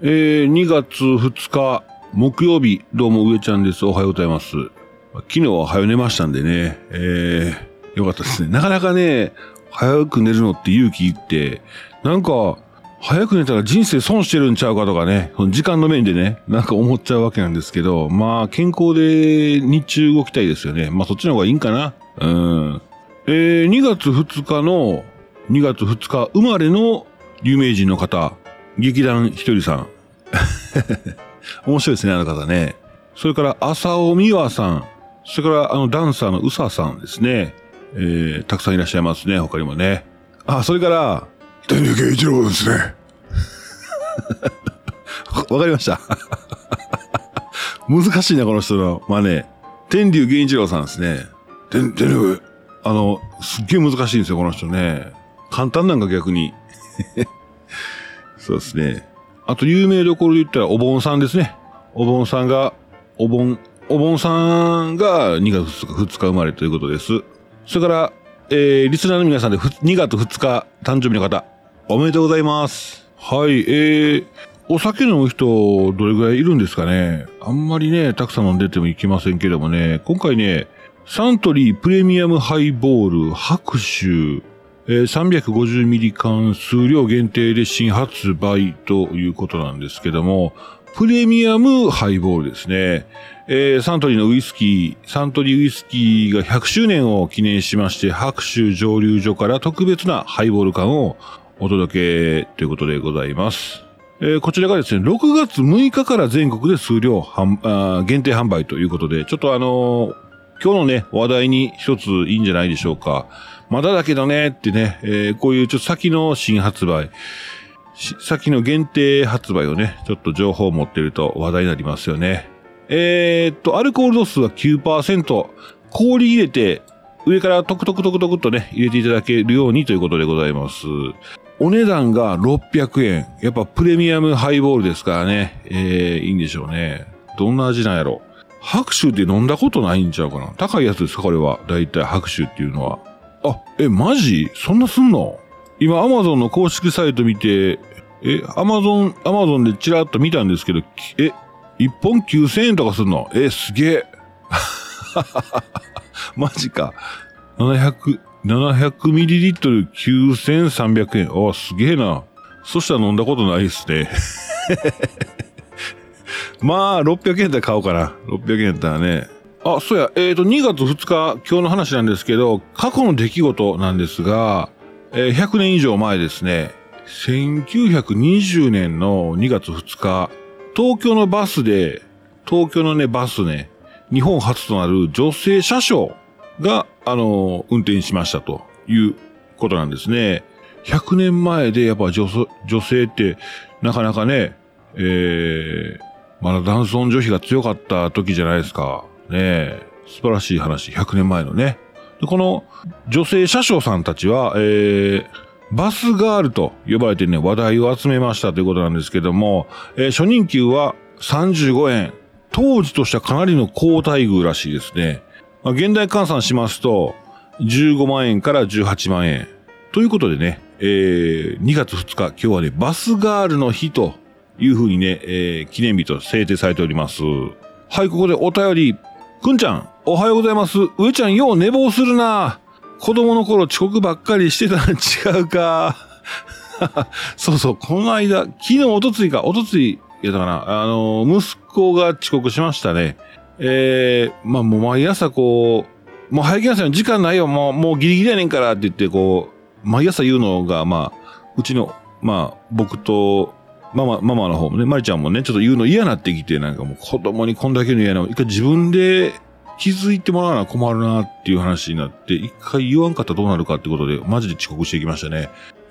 2月2日木曜日、どうも上ちゃんです。おはようございます。昨日は早寝ましたんでね、よかったですね。なかなかね、早く寝るのって勇気いって、なんか、早く寝たら人生損してるんちゃうかとかね、その時間の面でね、なんか思っちゃうわけなんですけど、まあ、健康で日中動きたいですよね。まあ、そっちの方がいいんかな。2月2日生まれの有名人の方、劇団ひとりさん。面白いですね、あの方ね。それから、浅尾美和さん。それから、ダンサーのうささんですね。たくさんいらっしゃいますね、他にもね。あ、それから、天竜源一郎ですね。わかりました。難しいな、この人の真似。天竜源一郎さんですね。天竜、すっげえ難しいんですよ、この人ね。簡単なんか逆に。そうですね。あと、有名どころで言ったら、お盆さんですね。お盆さんが2月2日生まれということです。それから、リスナーの皆さんで2月2日誕生日の方、おめでとうございます。はい、お酒飲む人、どれぐらいいるんですかね。あんまりね、たくさん飲んでてもいけませんけどもね、今回ね、サントリープレミアムハイボール白州、350ml 缶数量限定で新発売ということなんですけども、プレミアムハイボールですね。サントリーウイスキーが100周年を記念しまして、白州蒸留所から特別なハイボール缶をお届けということでございます。こちらがですね、6月6日から全国で数量限定販売ということで、ちょっと今日のね、話題に一ついいんじゃないでしょうか。まだだけどねってね、こういうちょっと先の新発売、先の限定発売をね、ちょっと情報を持っていると話題になりますよね。アルコール度数は 9%、氷入れて、上からトクトクとね、入れていただけるようにということでございます。お値段が600円。やっぱプレミアムハイボールですからね、いいんでしょうね。どんな味なんやろ。白州って飲んだことないんちゃうかな。高いやつですかこれは。だいたい白州っていうのは。あ、マジそんなすんの？今、アマゾンの公式サイト見て、アマゾンでチラッと見たんですけど、1本9000円とかすんの？すげえ。マジか。700ml 9300円。あ、すげえな。そしたら飲んだことないですね。まあ、600円だったら買おうかな。600円だったらね。あ、そうや、2月2日、今日の話なんですけど、過去の出来事なんですが、100年以上前ですね、1920年の2月2日、東京のバスね、日本初となる女性車掌が、運転しましたということなんですね。100年前でやっぱ女性ってなかなかね、まだ男尊女卑が強かった時じゃないですか。ねえ、素晴らしい話、100年前のね。でこの女性車掌さんたちは、バスガールと呼ばれてね、話題を集めましたということなんですけども、初任給は35円。当時としてはかなりの高待遇らしいですね。まあ、現代換算しますと、15万円から18万円。ということでね、2月2日、今日はね、バスガールの日というふうにね、記念日と制定されております。はい、ここでお便り。くんちゃん、おはようございます。上ちゃん、よう寝坊するな。子供の頃遅刻ばっかりしてたん違うか。そうそう、この間、昨日、おとついやったかな。息子が遅刻しましたね。まあもう毎朝もう早起きなさいよ、時間ないよ、もうギリギリやねんからって言って毎朝言うのが、まあ、うちの、まあ、僕と、ママの方もね、まりちゃんもね、ちょっと言うの嫌なってきて、なんかもう子供にこんだけの嫌な、一回自分で気づいてもらわな困るなっていう話になって、一回言わんかったらどうなるかってことで、マジで遅刻していきましたね。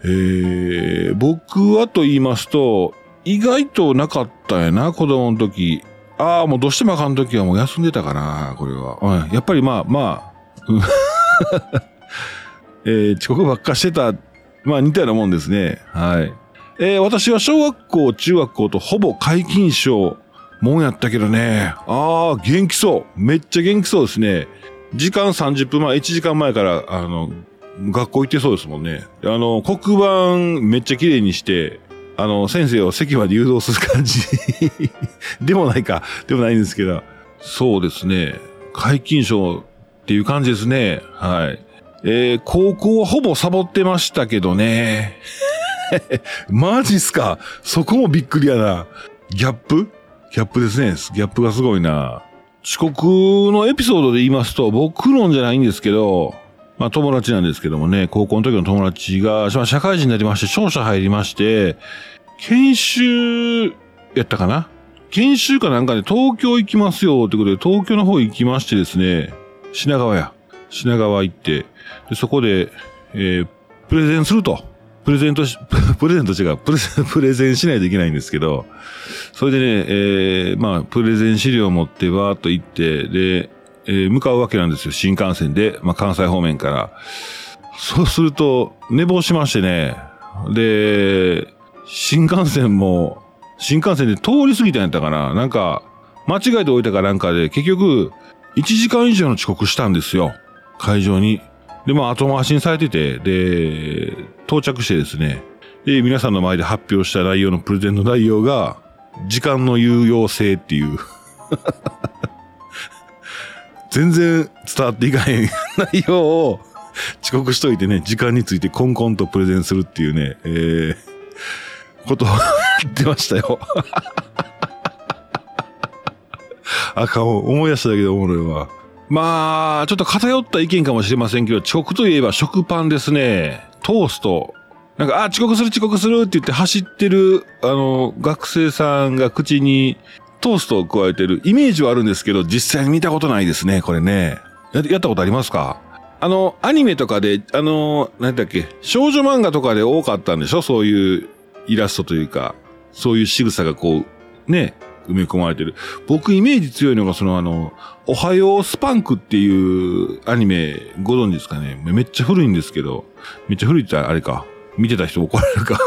僕はと言いますと、意外となかったんやな、子供の時。もうどうしてもあかん時はもう休んでたかな、これは。やっぱりまあ、遅刻ばっかしてた、まあ似たようなもんですね。はい。私は小学校、中学校とほぼ皆勤賞もんやったけどね。元気そう。めっちゃ元気そうですね。時間30分前、1時間前から、学校行ってそうですもんね。黒板めっちゃ綺麗にして、 先生を席まで誘導する感じでもないんですけど。そうですね。皆勤賞っていう感じですね。はい。高校はほぼサボってましたけどね。マジっすか。そこもびっくりやな。ギャップですね。ギャップがすごいな。遅刻のエピソードで言いますと、僕のんじゃないんですけど、まあ友達なんですけどもね、高校の時の友達が、社会人になりまして、商社入りまして、研修やったかな？研修かなんかで東京行きますよってことで、東京の方行きましてですね、品川行って、でそこで、プレゼンすると。プレゼンしないといけないんですけど、それでね、まあ、プレゼン資料を持ってバーっと行って、で、向かうわけなんですよ。新幹線で、まあ、関西方面から。そうすると、寝坊しましてね。で、新幹線で通り過ぎたんやったかな。なんか、間違えておいたかなんかで、結局、1時間以上の遅刻したんですよ。会場に。で、まあ、後回しにされてて、で、到着してですね。で、皆さんの前で発表した内容のプレゼンの内容が、時間の有用性っていう。全然伝わっていかへん内容を遅刻しといてね、時間についてコンコンとプレゼンするっていうね、ことを言ってましたよ。あかん、思い出しただけでおもろいわ。まあ、ちょっと偏った意見かもしれませんけど、遅刻といえば食パンですね。トースト。なんか、遅刻するって言って走ってる、学生さんが口にトーストを加えてるイメージはあるんですけど、実際に見たことないですね、これね。やったことありますか？アニメとかで、なんだっけ、少女漫画とかで多かったんでしょ？そういうイラストというか、そういう仕草がこう、ね、埋め込まれてる。僕イメージ強いのがおはようスパンクっていうアニメご存知ですかね？めっちゃ古いんですけど、めっちゃ古いってあれか。見てた人怒られるか。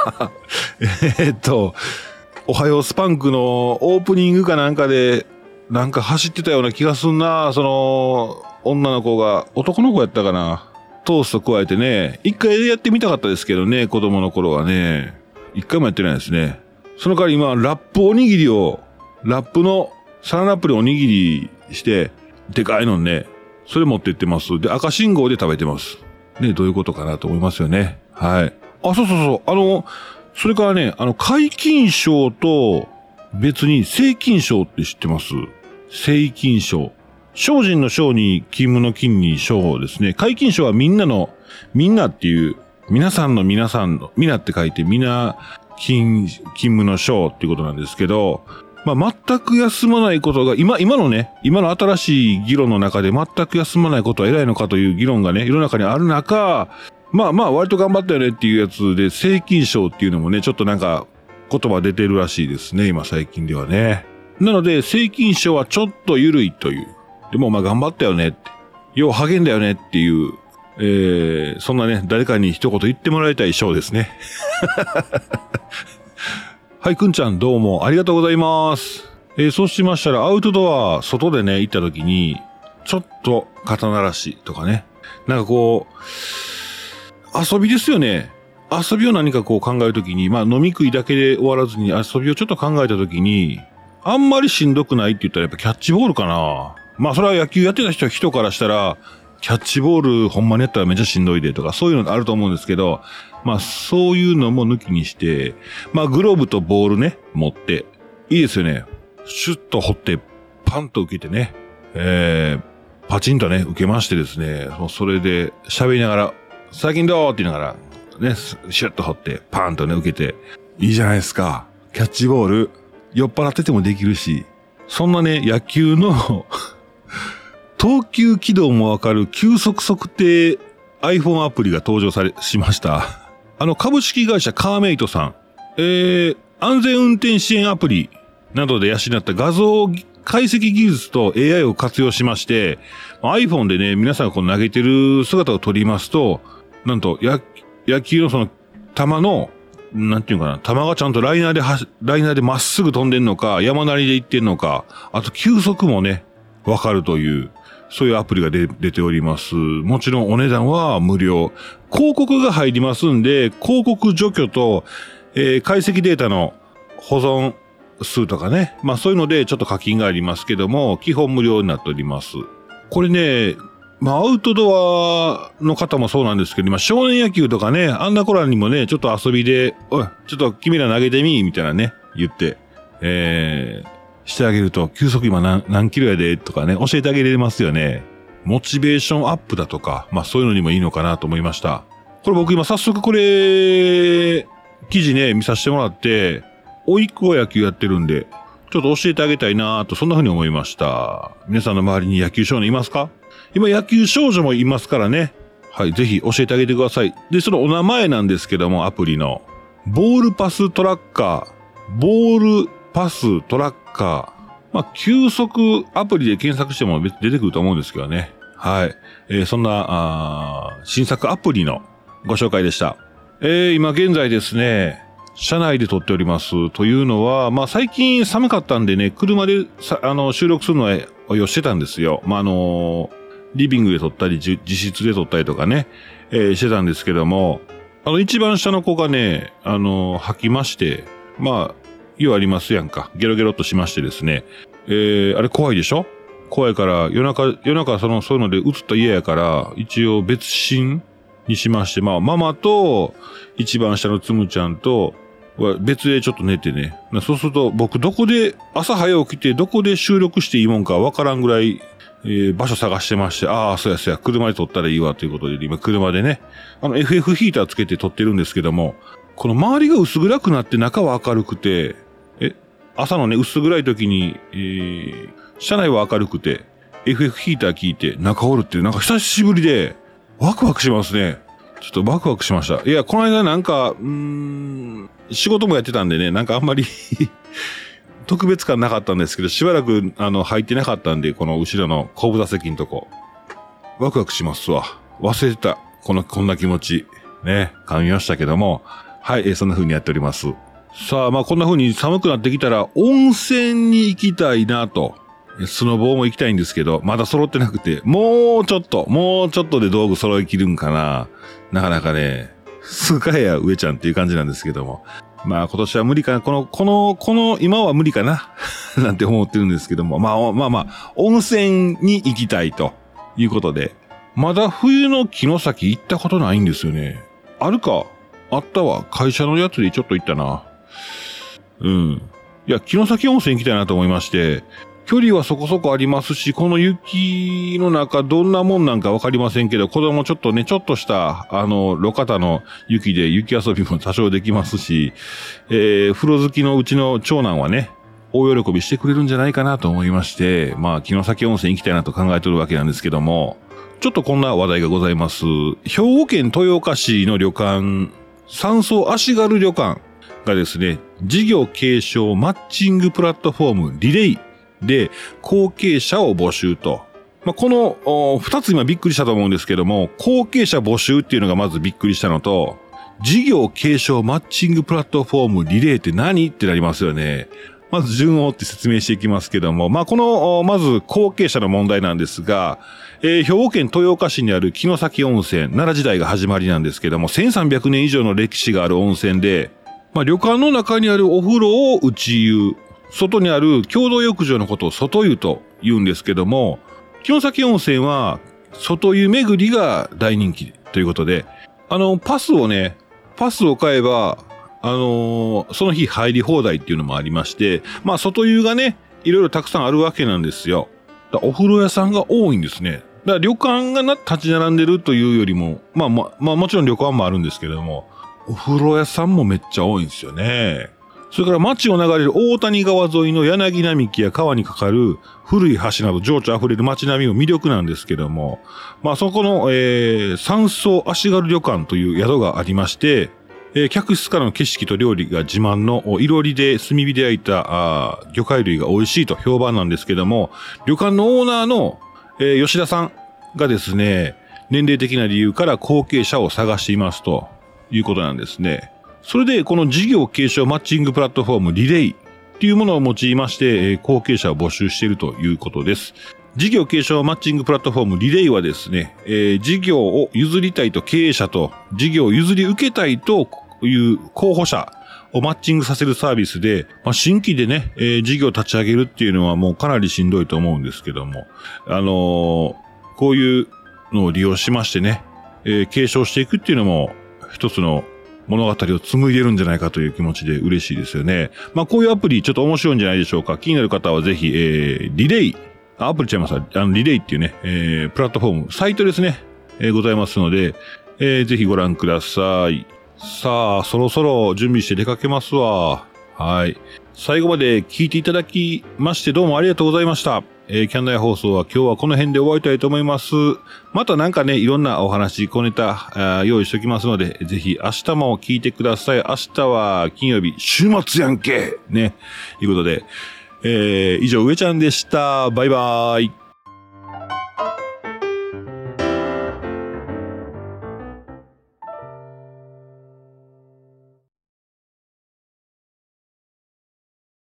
おはようスパンクのオープニングかなんかで、なんか走ってたような気がすんな。女の子が、男の子やったかな。トースト加えてね、一回やってみたかったですけどね、子供の頃はね。一回もやってないですね。その代わり今、ラップおにぎりを、ラップのサランラップでおにぎりして、でかいのね、それ持って行ってます。で、赤信号で食べてます。ね、どういうことかなと思いますよね。はい。あ、そう。それからね、皆勤賞と別に正勤賞って知ってます？正勤賞。精進の章に勤務の勤に賞ですね。皆勤賞はみんなっていう、皆さんの、みんなって書いて、みんな、勤務の章っていうことなんですけど、まあ、全く休まないことが、今の新しい議論の中で全く休まないことは偉いのかという議論がね、世の中にある中、まあ割と頑張ったよねっていうやつで、正勤賞っていうのもね、ちょっとなんか言葉出てるらしいですね、今最近ではね。なので、正勤賞はちょっと緩いという。でもまあ頑張ったよねって。よう励んだよねっていう、そんなね、誰かに一言言ってもらいたい賞ですね。はい、くんちゃんどうもありがとうございます。そうしましたらアウトドア、外でね、行った時に、ちょっと肩慣らしとかね。なんかこう、遊びですよね。遊びを何かこう考えるときに、まあ飲み食いだけで終わらずに遊びをちょっと考えたときに、あんまりしんどくないって言ったらやっぱキャッチボールかな。まあそれは野球やってた人からしたら、キャッチボールほんまにやったらめっちゃしんどいでとかそういうのあると思うんですけど、まあそういうのも抜きにして、まあグローブとボールね、持って、いいですよね。シュッと掘って、パンと受けてね、パチンとね、受けましてですね、それで喋りながら、最近どうって言いながら、ね、シュッと掘って、パンとね、受けて、いいじゃないですか。キャッチボール、酔っ払っててもできるし、そんなね、野球の、投球軌道もわかる球速測定 iPhone アプリが登場しました。株式会社カーメイトさん。安全運転支援アプリなどで養った画像解析技術と AI を活用しまして、iPhone でね、皆さんがこう投げてる姿を撮りますと、なんと、野球のその、球の、なんていうかな、球がちゃんとライナーでまっすぐ飛んでんのか、山なりで行ってんのか、あと球速もね、わかるという、そういうアプリが出ております。もちろんお値段は無料。広告が入りますんで、広告除去と、 解析データの保存数とかね、まあそういうのでちょっと課金がありますけども、基本無料になっております。これね、まあアウトドアの方もそうなんですけど、まあ少年野球とかね、あんな子らにもね、ちょっと遊びで、おい、ちょっと君ら投げてみーみたいなね、言って、してあげると、球速今何キロやでとかね、教えてあげれますよね。モチベーションアップだとか、まあそういうのにもいいのかなと思いました。これ僕今早速これ、記事ね、見させてもらって、甥っ子が野球やってるんで、ちょっと教えてあげたいなと、そんな風に思いました。皆さんの周りに野球少年いますか？今野球少女もいますからね。はい、ぜひ教えてあげてください。で、そのお名前なんですけども、アプリの、ボールパストラッカー、ボールパストラッカー、まあ、球速アプリで検索しても出てくると思うんですけどね。はい。そんな、新作アプリのご紹介でした。今現在ですね、車内で撮っております。というのは、まあ、最近寒かったんでね、車で収録するのはしてたんですよ。まあ、リビングで撮ったり、自室で撮ったりとかね、してたんですけども、一番下の子がね、吐きまして、まあ、用ありますやんか。ゲロゲロっとしましてですね。あれ怖いでしょ？怖いから、夜中そういうので映った家やから、一応別寝にしまして、まあ、ママと、一番下のつむちゃんと、別でちょっと寝てね。そうすると、僕朝早起きてどこで収録していいもんかわからんぐらい、場所探してまして、そうや、車で撮ったらいいわということで、今車でね、FF ヒーターつけて撮ってるんですけども、この周りが薄暗くなって中は明るくて、朝のね、薄暗い時に、車内は明るくて、FF ヒーター効いて中おるっていう、なんか久しぶりで、ワクワクしますね。ちょっとワクワクしました。いや、この間なんか、仕事もやってたんでね、なんかあんまり特別感なかったんですけど、しばらく、入ってなかったんで、この後ろの後部座席のとこ。ワクワクしますわ。忘れてた。こんな気持ち。ね、噛みましたけども。はい、そんな風にやっております。さあ、まあこんな風に寒くなってきたら、温泉に行きたいなと。スノボーも行きたいんですけど、まだ揃ってなくて、もうちょっとで道具揃い切るんかな。なかなかね、すぐ買えや、上ちゃんっていう感じなんですけども。まあ今年は無理かな。今は無理かな。なんて思ってるんですけども。まあ、温泉に行きたいということで。まだ冬の城崎行ったことないんですよね。あるか？あったわ。会社のやつでちょっと行ったな。いや、城崎温泉行きたいなと思いまして、距離はそこそこありますし、この雪の中どんなもんなんかわかりませんけど、子供ちょっとした、路肩の雪で雪遊びも多少できますし、風呂好きのうちの長男はね、大喜びしてくれるんじゃないかなと思いまして、まあ、城崎温泉行きたいなと考えてるわけなんですけども、ちょっとこんな話題がございます。兵庫県豊岡市の旅館、山荘足軽旅館がですね、事業継承マッチングプラットフォームリレイで後継者を募集と。まあ、この二つ今びっくりしたと思うんですけども、後継者募集っていうのがまずびっくりしたのと、事業継承マッチングプラットフォームリレーって何ってなりますよね。まず順を追って説明していきますけども、まあ、まず後継者の問題なんですが、兵庫県豊岡市にある城崎温泉、奈良時代が始まりなんですけども、1300年以上の歴史がある温泉で、まあ、旅館の中にあるお風呂を内湯、外にある共同浴場のことを外湯と言うんですけども、城崎温泉は外湯巡りが大人気ということで、パスを買えば、その日入り放題っていうのもありまして、まあ外湯がね、いろいろたくさんあるわけなんですよ。お風呂屋さんが多いんですね。だから旅館が立ち並んでるというよりも、まあもちろん旅館もあるんですけれども、お風呂屋さんもめっちゃ多いんですよね。それから町を流れる大谷川沿いの柳並木や川に架かる古い橋など情緒あふれる町並みも魅力なんですけども、まあそこの、山荘足軽旅館という宿がありまして、客室からの景色と料理が自慢のいろりで炭火で焼いた魚介類が美味しいと評判なんですけども、旅館のオーナーの、吉田さんがですね、年齢的な理由から後継者を探していますということなんですね。それでこの事業継承マッチングプラットフォームリレイっていうものを用いまして、後継者を募集しているということです。事業継承マッチングプラットフォームリレイはですね、事業を譲りたいと経営者と事業を譲り受けたいと、 いう候補者をマッチングさせるサービスで、新規でね、事業を立ち上げるっていうのはもうかなりしんどいと思うんですけども、こういうのを利用しましてね、継承していくっていうのも一つの物語を紡いでるんじゃないかという気持ちで嬉しいですよね。こういうアプリちょっと面白いんじゃないでしょうか。気になる方はぜひ、リレイ、アプリちゃいますリレイっていうね、プラットフォーム、サイトですね、ございますので、ぜひご覧ください。さあ、そろそろ準備して出かけますわ。はい。最後まで聞いていただきましてどうもありがとうございました。キャンナイ放送は今日はこの辺で終わりたいと思います。またなんかね、いろんなお話、小ネタ、用意しておきますので、ぜひ明日も聞いてください。明日は金曜日、週末やんけね。ということで、以上、上ちゃんでした。バイバーイ。